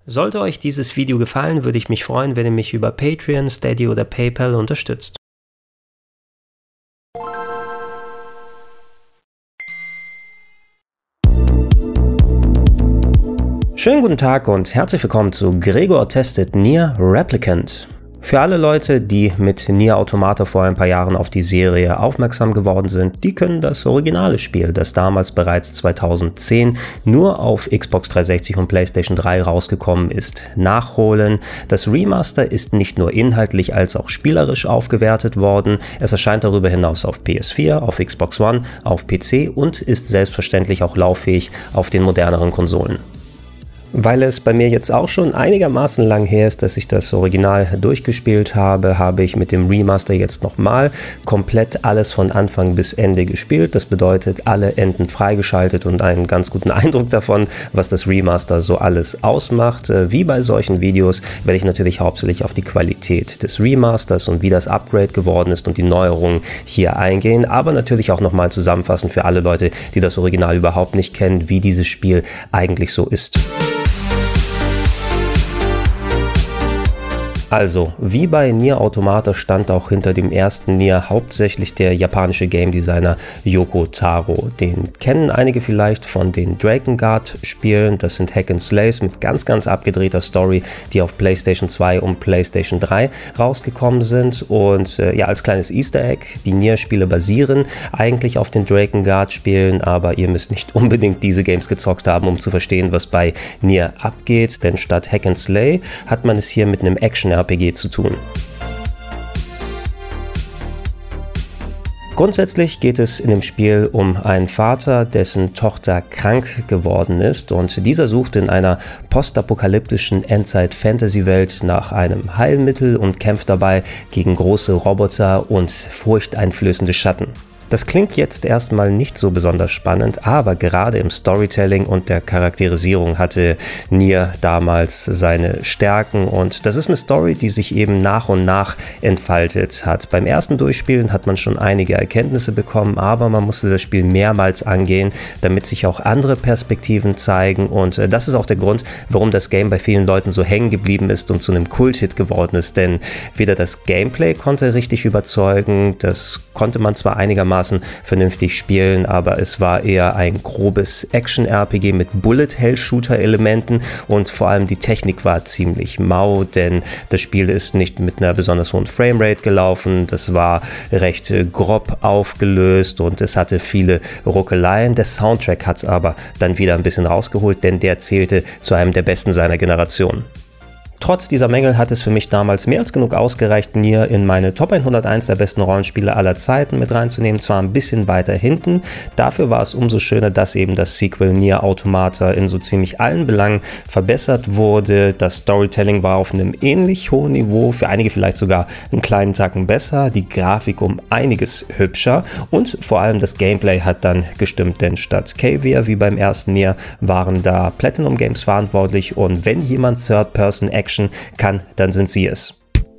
Sollte euch dieses Video gefallen, würde ich mich freuen, wenn ihr mich über Patreon, Steady oder PayPal unterstützt. Schönen guten Tag und herzlich willkommen zu Gregor testet NieR Replicant. Für alle Leute, die mit NieR Automata vor ein paar Jahren auf die Serie aufmerksam geworden sind, die können das originale Spiel, das damals bereits 2010 nur auf Xbox 360 und PlayStation 3 rausgekommen ist, nachholen. Das Remaster ist nicht nur inhaltlich als auch spielerisch aufgewertet worden. Es erscheint darüber hinaus auf PS4, auf Xbox One, auf PC und ist selbstverständlich auch lauffähig auf den moderneren Konsolen. Weil es bei mir jetzt auch schon einigermaßen lang her ist, dass ich das Original durchgespielt habe, habe ich mit dem Remaster jetzt nochmal komplett alles von Anfang bis Ende gespielt. Das bedeutet, alle Enden freigeschaltet und einen ganz guten Eindruck davon, was das Remaster so alles ausmacht. Wie bei solchen Videos werde ich natürlich hauptsächlich auf die Qualität des Remasters und wie das Upgrade geworden ist und die Neuerungen hier eingehen, aber natürlich auch nochmal zusammenfassen für alle Leute, die das Original überhaupt nicht kennen, wie dieses Spiel eigentlich so ist. Also, wie bei NieR Automata stand auch hinter dem ersten NieR hauptsächlich der japanische Game Designer Yoko Taro. Den kennen einige vielleicht von den Drakengard-Spielen. Das sind Hack and Slays mit ganz abgedrehter Story, die auf PlayStation 2 und PlayStation 3 rausgekommen sind. Und ja, als kleines Easter Egg, die NieR-Spiele basieren eigentlich auf den Drakengard-Spielen, aber ihr müsst nicht unbedingt diese Games gezockt haben, um zu verstehen, was bei NieR abgeht. Denn statt Hack and Slay hat man es hier mit einem Action-RPG zu tun. Grundsätzlich geht es in dem Spiel um einen Vater, dessen Tochter krank geworden ist und dieser sucht in einer postapokalyptischen Endzeit-Fantasy-Welt nach einem Heilmittel und kämpft dabei gegen große Roboter und furchteinflößende Schatten. Das klingt jetzt erstmal nicht so besonders spannend, aber gerade im Storytelling und der Charakterisierung hatte NieR damals seine Stärken und das ist eine Story, die sich eben nach und nach entfaltet hat. Beim ersten Durchspielen hat man schon einige Erkenntnisse bekommen, aber man musste das Spiel mehrmals angehen, damit sich auch andere Perspektiven zeigen und das ist auch der Grund, warum das Game bei vielen Leuten so hängen geblieben ist und zu einem Kult-Hit geworden ist, denn weder das Gameplay konnte richtig überzeugen, das konnte man zwar einigermaßen vernünftig spielen, aber es war eher ein grobes Action-RPG mit Bullet-Hell-Shooter-Elementen und vor allem die Technik war ziemlich mau, denn das Spiel ist nicht mit einer besonders hohen Framerate gelaufen, das war recht grob aufgelöst und es hatte viele Ruckeleien. Der Soundtrack hat es aber dann wieder ein bisschen rausgeholt, denn der zählte zu einem der besten seiner Generation. Trotz dieser Mängel hat es für mich damals mehr als genug ausgereicht, NieR in meine Top 101 der besten Rollenspiele aller Zeiten mit reinzunehmen, zwar ein bisschen weiter hinten, dafür war es umso schöner, dass eben das Sequel NieR Automata in so ziemlich allen Belangen verbessert wurde. Das Storytelling war auf einem ähnlich hohen Niveau, für einige vielleicht sogar einen kleinen Tacken besser, die Grafik um einiges hübscher und vor allem das Gameplay hat dann gestimmt, denn statt Caviar wie beim ersten NieR waren da Platinum Games verantwortlich und wenn jemand Third-Person-Action kann, dann sind sie es.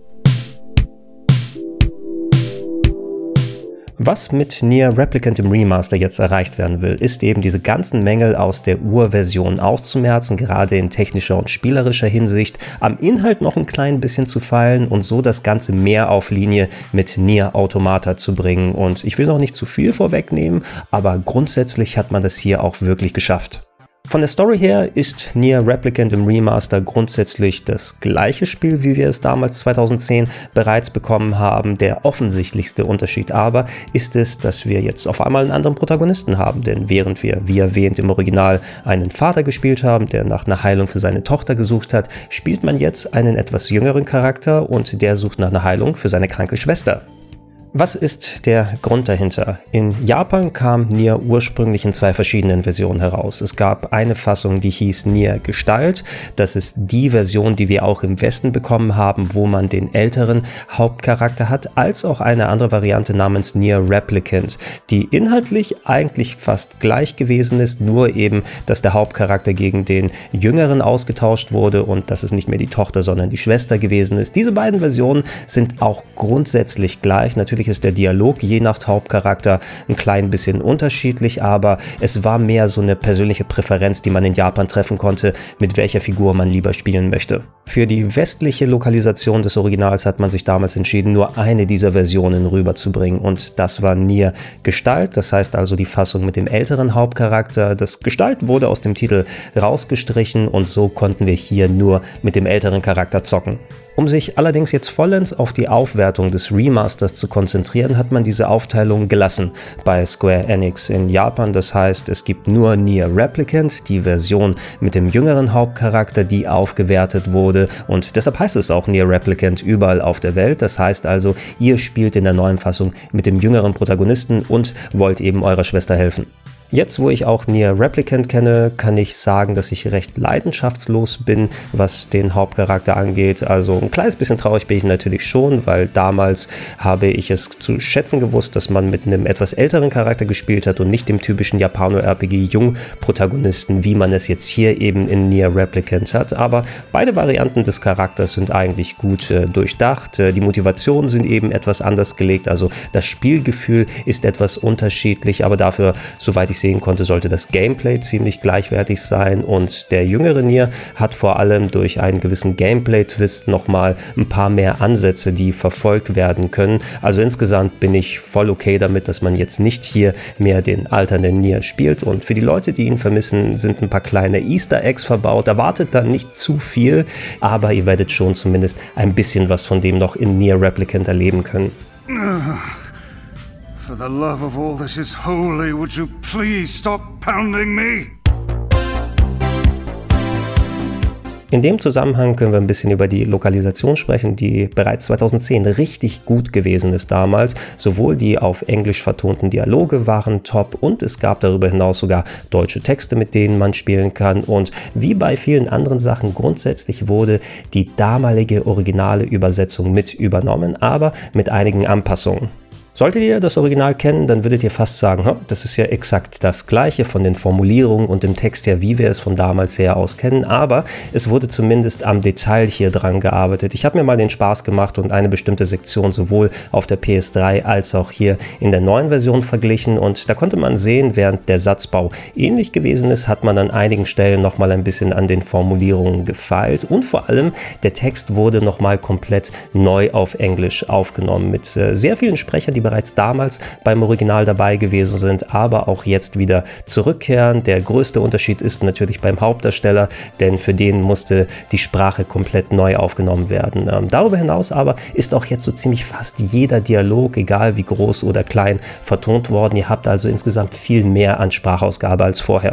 Was mit NieR Replicant im Remaster jetzt erreicht werden will, ist eben diese ganzen Mängel aus der Urversion auszumerzen, gerade in technischer und spielerischer Hinsicht, am Inhalt noch ein klein bisschen zu feilen und so das Ganze mehr auf Linie mit NieR Automata zu bringen. Und ich will noch nicht zu viel vorwegnehmen, aber grundsätzlich hat man das hier auch wirklich geschafft. Von der Story her ist NieR Replicant im Remaster grundsätzlich das gleiche Spiel, wie wir es damals 2010 bereits bekommen haben. Der offensichtlichste Unterschied aber ist es, dass wir jetzt auf einmal einen anderen Protagonisten haben, denn während wir, wie erwähnt, im Original einen Vater gespielt haben, der nach einer Heilung für seine Tochter gesucht hat, spielt man jetzt einen etwas jüngeren Charakter und der sucht nach einer Heilung für seine kranke Schwester. Was ist der Grund dahinter? In Japan kam NieR ursprünglich in zwei verschiedenen Versionen heraus. Es gab eine Fassung, die hieß NieR Gestalt. Das ist die Version, die wir auch im Westen bekommen haben, wo man den älteren Hauptcharakter hat, als auch eine andere Variante namens NieR Replicant, die inhaltlich eigentlich fast gleich gewesen ist, nur eben, dass der Hauptcharakter gegen den Jüngeren ausgetauscht wurde und dass es nicht mehr die Tochter, sondern die Schwester gewesen ist. Diese beiden Versionen sind auch grundsätzlich gleich. Natürlich Natürlich ist der Dialog je nach Hauptcharakter ein klein bisschen unterschiedlich, aber es war mehr so eine persönliche Präferenz, die man in Japan treffen konnte, mit welcher Figur man lieber spielen möchte. Für die westliche Lokalisation des Originals hat man sich damals entschieden, nur eine dieser Versionen rüberzubringen, und das war Nier Gestalt, das heißt also die Fassung mit dem älteren Hauptcharakter. Das Gestalt wurde aus dem Titel rausgestrichen und so konnten wir hier nur mit dem älteren Charakter zocken. Um sich allerdings jetzt vollends auf die Aufwertung des Remasters zu konzentrieren, hat man diese Aufteilung gelassen bei Square Enix in Japan. Das heißt, es gibt nur Nier Replicant, die Version mit dem jüngeren Hauptcharakter, die aufgewertet wurde, und deshalb heißt es auch Nier Replicant überall auf der Welt. Das heißt also, ihr spielt in der neuen Fassung mit dem jüngeren Protagonisten und wollt eben eurer Schwester helfen. Jetzt, wo ich auch Nier Replicant kenne, kann ich sagen, dass ich recht leidenschaftslos bin, was den Hauptcharakter angeht. Also ein kleines bisschen traurig bin ich natürlich schon, weil damals habe ich es zu schätzen gewusst, dass man mit einem etwas älteren Charakter gespielt hat und nicht dem typischen Japano-RPG-Jung-Protagonisten, wie man es jetzt hier eben in Nier Replicant hat. Aber beide Varianten des Charakters sind eigentlich gut durchdacht. Die Motivationen sind eben etwas anders gelegt, also das Spielgefühl ist etwas unterschiedlich, aber dafür, soweit ich sehen konnte, sollte das Gameplay ziemlich gleichwertig sein, und der jüngere Nier hat vor allem durch einen gewissen Gameplay-Twist nochmal ein paar mehr Ansätze, die verfolgt werden können. Also insgesamt bin ich voll okay damit, dass man jetzt nicht hier mehr den alternden Nier spielt, und für die Leute, die ihn vermissen, sind ein paar kleine Easter Eggs verbaut. Erwartet dann nicht zu viel, aber ihr werdet schon zumindest ein bisschen was von dem noch in Nier Replicant erleben können. For the love of all that is holy, would you please stop pounding me? In dem Zusammenhang können wir ein bisschen über die Lokalisation sprechen, die bereits 2010 richtig gut gewesen ist damals. Sowohl die auf Englisch vertonten Dialoge waren top, und es gab darüber hinaus sogar deutsche Texte, mit denen man spielen kann. Und wie bei vielen anderen Sachen grundsätzlich wurde die damalige originale Übersetzung mit übernommen, aber mit einigen Anpassungen. Solltet ihr das Original kennen, dann würdet ihr fast sagen, das ist ja exakt das Gleiche von den Formulierungen und dem Text her, wie wir es von damals her aus kennen, aber es wurde zumindest am Detail hier dran gearbeitet. Ich habe mir mal den Spaß gemacht und eine bestimmte Sektion sowohl auf der PS3 als auch hier in der neuen Version verglichen, und da konnte man sehen, während der Satzbau ähnlich gewesen ist, hat man an einigen Stellen nochmal ein bisschen an den Formulierungen gefeilt, und vor allem der Text wurde nochmal komplett neu auf Englisch aufgenommen mit sehr vielen Sprechern, die bereits damals beim Original dabei gewesen sind, aber auch jetzt wieder zurückkehren. Der größte Unterschied ist natürlich beim Hauptdarsteller, denn für den musste die Sprache komplett neu aufgenommen werden. Darüber hinaus aber ist auch jetzt so ziemlich fast jeder Dialog, egal wie groß oder klein, vertont worden. Ihr habt also insgesamt viel mehr an Sprachausgabe als vorher.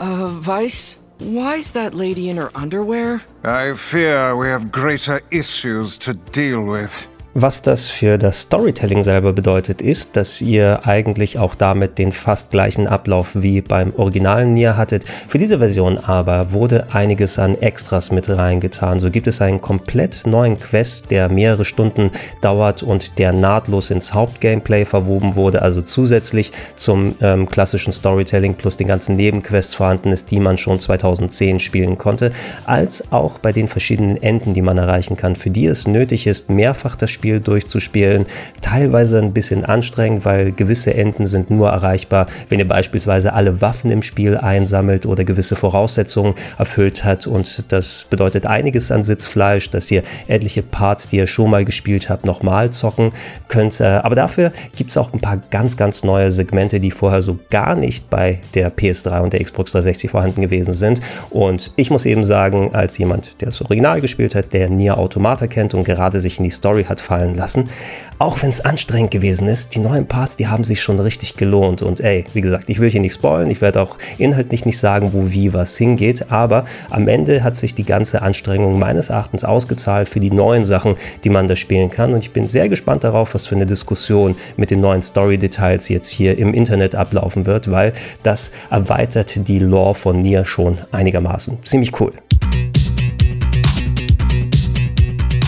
Weiss? Why is that lady in her underwear? I fear we have greater issues to deal with. Was das für das Storytelling selber bedeutet, ist, dass ihr eigentlich auch damit den fast gleichen Ablauf wie beim originalen Nier hattet. Für diese Version aber wurde einiges an Extras mit reingetan. So gibt es einen komplett neuen Quest, der mehrere Stunden dauert und der nahtlos ins Hauptgameplay verwoben wurde, also zusätzlich zum klassischen Storytelling plus den ganzen Nebenquests vorhanden ist, die man schon 2010 spielen konnte, als auch bei den verschiedenen Enden, die man erreichen kann, für die es nötig ist, mehrfach das Spiel durchzuspielen. Teilweise ein bisschen anstrengend, weil gewisse Enden sind nur erreichbar, wenn ihr beispielsweise alle Waffen im Spiel einsammelt oder gewisse Voraussetzungen erfüllt hat, und das bedeutet einiges an Sitzfleisch, dass ihr etliche Parts, die ihr schon mal gespielt habt, nochmal zocken könnt. Aber dafür gibt es auch ein paar ganz, ganz neue Segmente, die vorher so gar nicht bei der PS3 und der Xbox 360 vorhanden gewesen sind, und ich muss eben sagen, als jemand, der das Original gespielt hat, der Nier Automata kennt und gerade sich in die Story hat fallen lassen, auch wenn es anstrengend gewesen ist, die neuen Parts, die haben sich schon richtig gelohnt, und wie gesagt, ich will hier nicht spoilern, ich werde auch inhaltlich nicht sagen, wo, wie, was hingeht, aber am Ende hat sich die ganze Anstrengung meines Erachtens ausgezahlt für die neuen Sachen, die man da spielen kann, und ich bin sehr gespannt darauf, was für eine Diskussion mit den neuen Story-Details jetzt hier im Internet ablaufen wird, weil das erweitert die Lore von Nier schon einigermaßen. Ziemlich cool.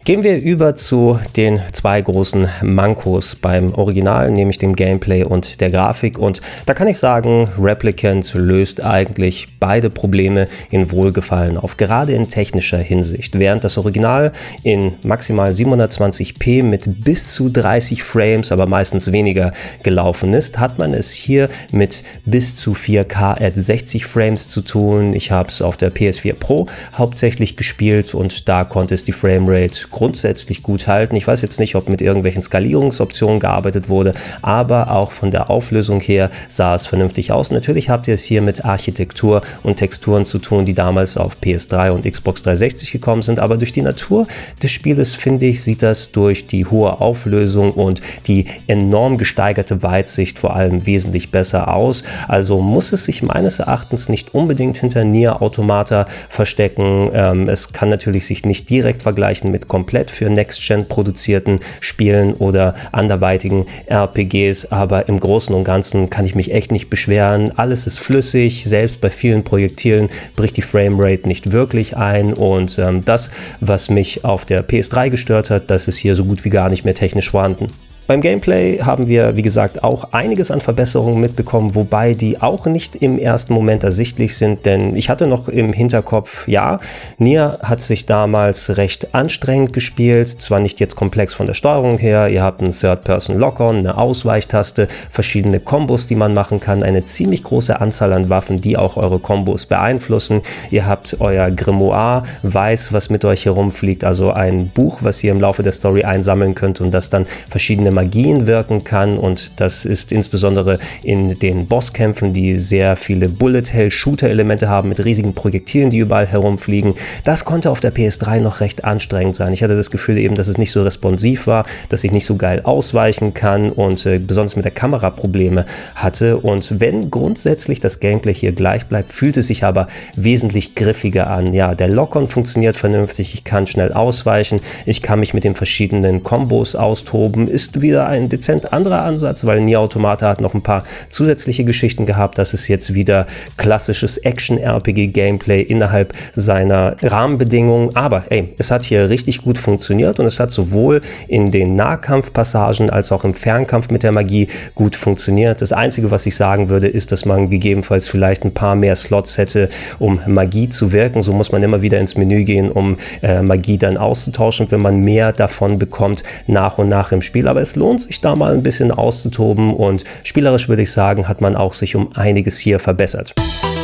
Gehen wir über zu den zwei großen Mankos beim Original, nämlich dem Gameplay und der Grafik. Und da kann ich sagen, Replicant löst eigentlich beide Probleme in Wohlgefallen auf, gerade in technischer Hinsicht. Während das Original in maximal 720p mit bis zu 30 Frames, aber meistens weniger gelaufen ist, hat man es hier mit bis zu 4K at 60 Frames zu tun. Ich habe es auf der PS4 Pro hauptsächlich gespielt und da konnte es die Framerate grundsätzlich gut halten. Ich weiß jetzt nicht, ob mit irgendwelchen Skalierungsoptionen gearbeitet wurde, aber auch von der Auflösung her sah es vernünftig aus. Natürlich habt ihr es hier mit Architektur und Texturen zu tun, die damals auf PS3 und Xbox 360 gekommen sind, aber durch die Natur des Spieles, finde ich, sieht das durch die hohe Auflösung und die enorm gesteigerte Weitsicht vor allem wesentlich besser aus. Also muss es sich meines Erachtens nicht unbedingt hinter Nier Automata verstecken. Es kann natürlich sich nicht direkt vergleichen mit komplett für Next-Gen produzierten Spielen oder anderweitigen RPGs, aber im Großen und Ganzen kann ich mich echt nicht beschweren. Alles ist flüssig, selbst bei vielen Projektilen bricht die Framerate nicht wirklich ein und das, was mich auf der PS3 gestört hat, das ist hier so gut wie gar nicht mehr technisch vorhanden. Beim Gameplay haben wir, wie gesagt, auch einiges an Verbesserungen mitbekommen, wobei die auch nicht im ersten Moment ersichtlich sind, denn ich hatte noch im Hinterkopf, ja, Nier hat sich damals recht anstrengend gespielt, zwar nicht jetzt komplex von der Steuerung her, ihr habt einen Third-Person-Lock-On, eine Ausweichtaste, verschiedene Kombos, die man machen kann, eine ziemlich große Anzahl an Waffen, die auch eure Kombos beeinflussen, ihr habt euer Grimoire, weiß, was mit euch herumfliegt, also ein Buch, was ihr im Laufe der Story einsammeln könnt und das dann verschiedene Magien wirken kann und das ist insbesondere in den Bosskämpfen, die sehr viele Bullet-Hell-Shooter-Elemente haben mit riesigen Projektilen, die überall herumfliegen. Das konnte auf der PS3 noch recht anstrengend sein. Ich hatte das Gefühl eben, dass es nicht so responsiv war, dass ich nicht so geil ausweichen kann und besonders mit der Kamera Probleme hatte und wenn grundsätzlich das Gameplay hier gleich bleibt, fühlt es sich aber wesentlich griffiger an. Ja, der Lock-On funktioniert vernünftig, ich kann schnell ausweichen, ich kann mich mit den verschiedenen Kombos austoben, ist wieder ein dezent anderer Ansatz, weil Nier Automata hat noch ein paar zusätzliche Geschichten gehabt. Das ist jetzt wieder klassisches Action-RPG-Gameplay innerhalb seiner Rahmenbedingungen. Aber es hat hier richtig gut funktioniert und es hat sowohl in den Nahkampfpassagen als auch im Fernkampf mit der Magie gut funktioniert. Das Einzige, was ich sagen würde, ist, dass man gegebenenfalls vielleicht ein paar mehr Slots hätte, um Magie zu wirken. So muss man immer wieder ins Menü gehen, um Magie dann auszutauschen, wenn man mehr davon bekommt nach und nach im Spiel. Aber es lohnt sich da mal ein bisschen auszutoben und spielerisch würde ich sagen, hat man auch sich um einiges hier verbessert.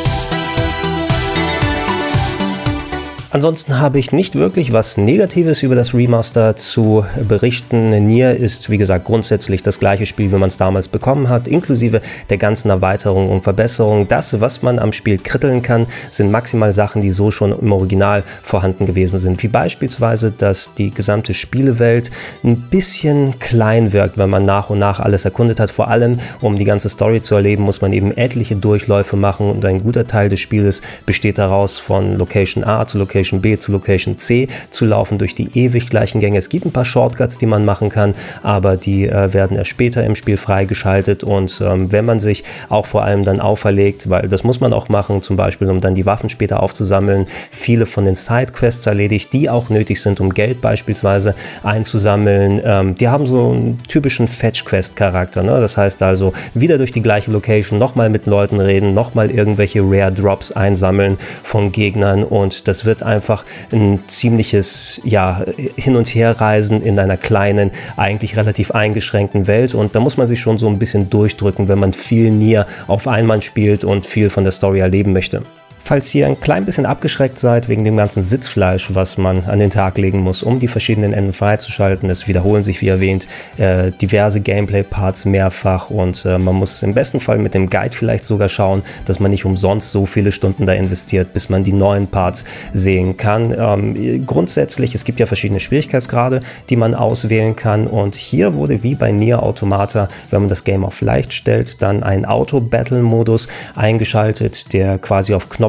Ansonsten habe ich nicht wirklich was Negatives über das Remaster zu berichten. Nier ist, wie gesagt, grundsätzlich das gleiche Spiel, wie man es damals bekommen hat, inklusive der ganzen Erweiterungen und Verbesserungen. Das, was man am Spiel kritteln kann, sind maximal Sachen, die so schon im Original vorhanden gewesen sind. Wie beispielsweise, dass die gesamte Spielewelt ein bisschen klein wirkt, wenn man nach und nach alles erkundet hat. Vor allem, um die ganze Story zu erleben, muss man eben etliche Durchläufe machen und ein guter Teil des Spieles besteht daraus, von Location A zu Location B zu Location C zu laufen durch die ewig gleichen Gänge. Es gibt ein paar Shortcuts, die man machen kann, aber die werden erst später im Spiel freigeschaltet und wenn man sich auch vor allem dann auferlegt, weil das muss man auch machen, zum Beispiel um dann die Waffen später aufzusammeln, viele von den Sidequests erledigt, die auch nötig sind, um Geld beispielsweise einzusammeln. Die haben so einen typischen Fetch-Quest-Charakter, ne? Das heißt also, wieder durch die gleiche Location, nochmal mit Leuten reden, nochmal irgendwelche Rare Drops einsammeln von Gegnern und das wird einfach ein ziemliches Hin- und Herreisen in einer kleinen, eigentlich relativ eingeschränkten Welt und da muss man sich schon so ein bisschen durchdrücken, wenn man viel Nier auf einmal spielt und viel von der Story erleben möchte. Falls ihr ein klein bisschen abgeschreckt seid wegen dem ganzen Sitzfleisch, was man an den Tag legen muss, um die verschiedenen Enden freizuschalten, es wiederholen sich, wie erwähnt, diverse Gameplay-Parts mehrfach und man muss im besten Fall mit dem Guide vielleicht sogar schauen, dass man nicht umsonst so viele Stunden da investiert, bis man die neuen Parts sehen kann. Grundsätzlich, es gibt ja verschiedene Schwierigkeitsgrade, die man auswählen kann und hier wurde wie bei Nier Automata, wenn man das Game auf leicht stellt, dann ein Auto-Battle-Modus eingeschaltet, der quasi auf Knopf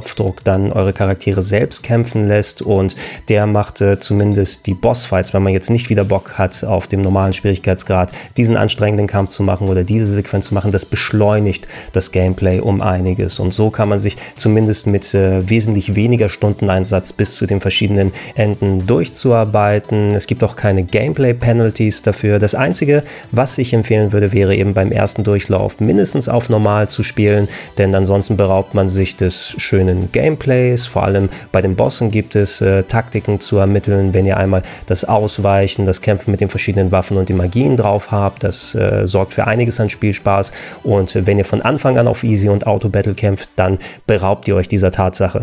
Knopfdruck dann eure Charaktere selbst kämpfen lässt, und der macht zumindest die Bossfights, wenn man jetzt nicht wieder Bock hat, auf dem normalen Schwierigkeitsgrad diesen anstrengenden Kampf zu machen oder diese Sequenz zu machen, das beschleunigt das Gameplay um einiges, und so kann man sich zumindest mit wesentlich weniger Stundeneinsatz bis zu den verschiedenen Enden durchzuarbeiten. Es gibt auch keine Gameplay-Penalties dafür. Das Einzige, was ich empfehlen würde, wäre eben beim ersten Durchlauf mindestens auf normal zu spielen, denn ansonsten beraubt man sich des schönen Gameplays. Vor allem bei den Bossen gibt es Taktiken zu ermitteln, wenn ihr einmal das Ausweichen, das Kämpfen mit den verschiedenen Waffen und die Magien drauf habt. Das sorgt für einiges an Spielspaß, und wenn ihr von Anfang an auf Easy und Auto-Battle kämpft, dann beraubt ihr euch dieser Tatsache.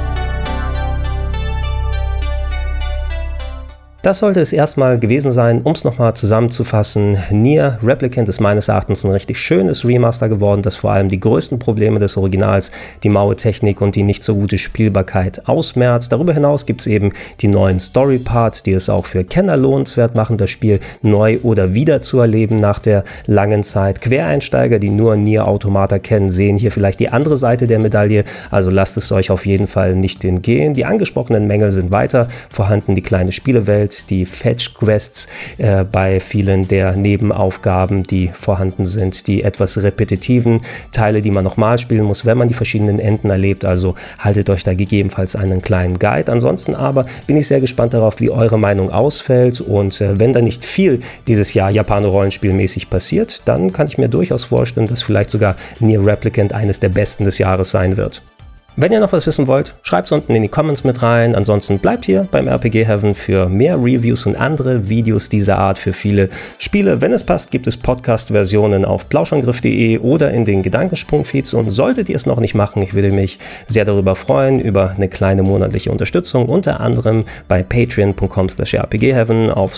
Das sollte es erstmal gewesen sein, um es nochmal zusammenzufassen. Nier Replicant ist meines Erachtens ein richtig schönes Remaster geworden, das vor allem die größten Probleme des Originals, die maue Technik und die nicht so gute Spielbarkeit ausmerzt. Darüber hinaus gibt es eben die neuen Story-Parts, die es auch für Kenner lohnenswert machen, das Spiel neu oder wieder zu erleben nach der langen Zeit. Quereinsteiger, die nur Nier Automata kennen, sehen hier vielleicht die andere Seite der Medaille, also lasst es euch auf jeden Fall nicht entgehen. Die angesprochenen Mängel sind weiter vorhanden, die kleine Spielewelt, die Fetch-Quests bei vielen der Nebenaufgaben, die vorhanden sind, die etwas repetitiven Teile, die man nochmal spielen muss, wenn man die verschiedenen Enden erlebt. Also haltet euch da gegebenenfalls einen kleinen Guide. Ansonsten aber bin ich sehr gespannt darauf, wie eure Meinung ausfällt, und wenn da nicht viel dieses Jahr Japano-Rollenspielmäßig passiert, dann kann ich mir durchaus vorstellen, dass vielleicht sogar Nier Replicant eines der besten des Jahres sein wird. Wenn ihr noch was wissen wollt, schreibt es unten in die Comments mit rein. Ansonsten bleibt hier beim RPG Heaven für mehr Reviews und andere Videos dieser Art für viele Spiele. Wenn es passt, gibt es Podcast-Versionen auf plauschangriff.de oder in den Gedankensprung-Feeds. Und solltet ihr es noch nicht machen, ich würde mich sehr darüber freuen, über eine kleine monatliche Unterstützung, unter anderem bei patreon.com/rpgheaven, auf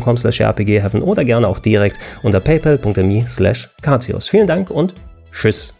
steadyhq.com/rpgheaven oder gerne auch direkt unter paypal.me/Katius. Vielen Dank und tschüss.